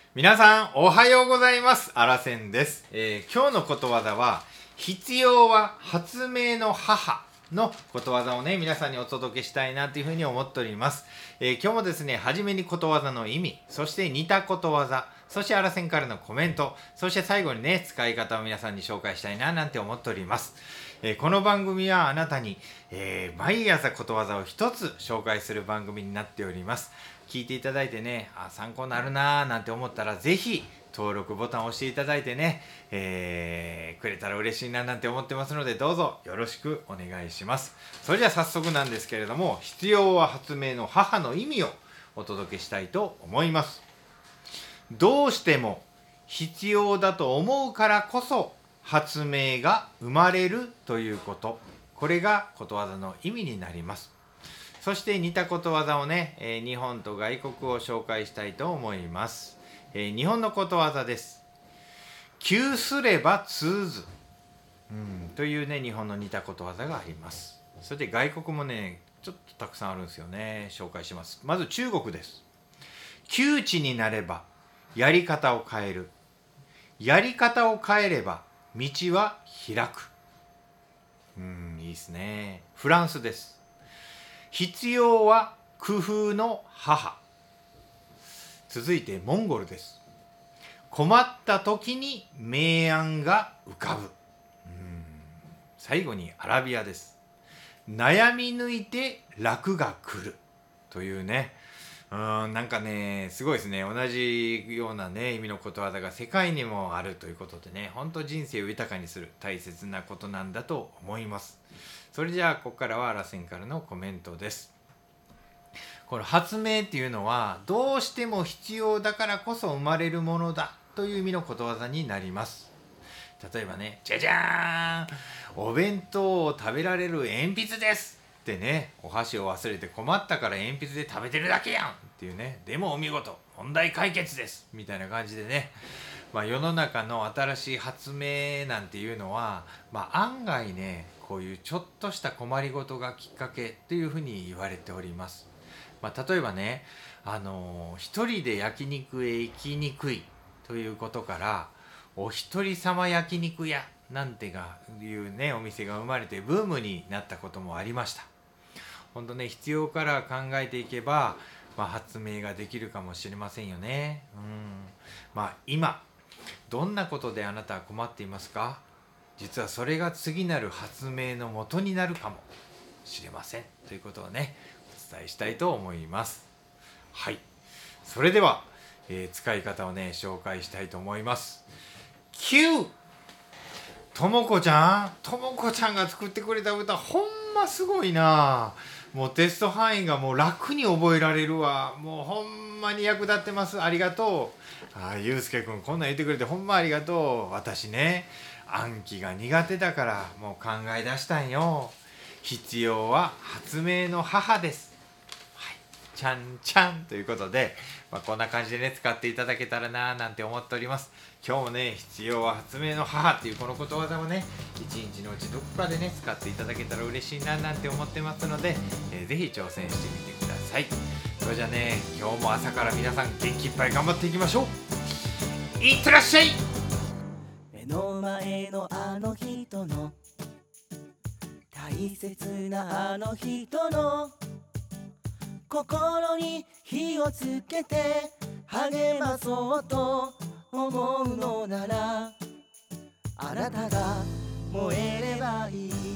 皆さんおはようございます。あらせんです。今日のことわざは必要は発明の母のことわざをね皆さんにお届けしたいなというふうに思っております。今日もですね初めにことわざの意味、そして似たことわざ、そしてあらせんからのコメント、そして最後にね使い方を皆さんに紹介したいななんて思っております。この番組はあなたに、毎朝ことわざを一つ紹介する番組になっております。聞いていただいてね、参考になるなーなんて思ったらぜひ登録ボタンを押していただいてね、くれたら嬉しいななんて思ってますので、どうぞよろしくお願いします。それでは早速なんですけれども、必要は発明の母の意味をお届けしたいと思います。どうしても必要だと思うからこそ発明が生まれるということ、これがことわざの意味になります。そして似たことわざをね、日本と外国を紹介したいと思います。日本のことわざです。窮すれば通ず、というね日本の似たことわざがあります。それで外国もねちょっとたくさんあるんですよね。紹介します。まず中国です。窮地になればやり方を変える、やり方を変えれば道は開く。いいですね。フランスです。必要は工夫の母。続いてモンゴルです。困った時に明暗が浮かぶ。最後にアラビアです。悩み抜いて楽が来るというね、なんかねすごいですね。同じようなね意味のことわざが世界にもあるということでね、本当人生を豊かにする大切なことなんだと思います。それじゃあここからはあらせんからのコメントです。この発明っていうのはどうしても必要だからこそ生まれるものだという意味のことわざになります。例えばね、じゃじゃーん、お弁当を食べられる鉛筆ですってね、お箸を忘れて困ったから鉛筆で食べてるだけやんっていうね、でもお見事問題解決ですみたいな感じでね、世の中の新しい発明なんていうのは、案外ねこういうちょっとした困りごとがきっかけというふうに言われております。例えばね、一人で焼肉へ行きにくいということからお一人様焼肉屋なんてがいうねお店が生まれてブームになったこともありました。本当ね、必要から考えていけば、発明ができるかもしれませんよね。今どんなことであなたは困っていますか？実はそれが次なる発明の元になるかもしれませんということをねお伝えしたいと思います。はい、それでは、使い方をね紹介したいと思います。9、ともこちゃんが作ってくれた歌ほんますごいな。もうテスト範囲がもう楽に覚えられるわ。もうほんまに役立ってます。ありがとう。ゆうすけくんこんなん言ってくれてほんまありがとう。私ね暗記が苦手だからもう考え出したんよ。必要は発明の母です。ちゃんちゃんということで、こんな感じでね使っていただけたらななんて思っております。今日もね必要は発明の母っていうこのことわざをね一日のうちどこかでね使っていただけたら嬉しいななんて思ってますので、ぜひ挑戦してみてください。それじゃあね今日も朝から皆さん元気いっぱい頑張っていきましょう。いってらっしゃい。 目の前のあの人の大切なあの人の心に火をつけて励まそうと思うのなら、あなたが燃えればいい。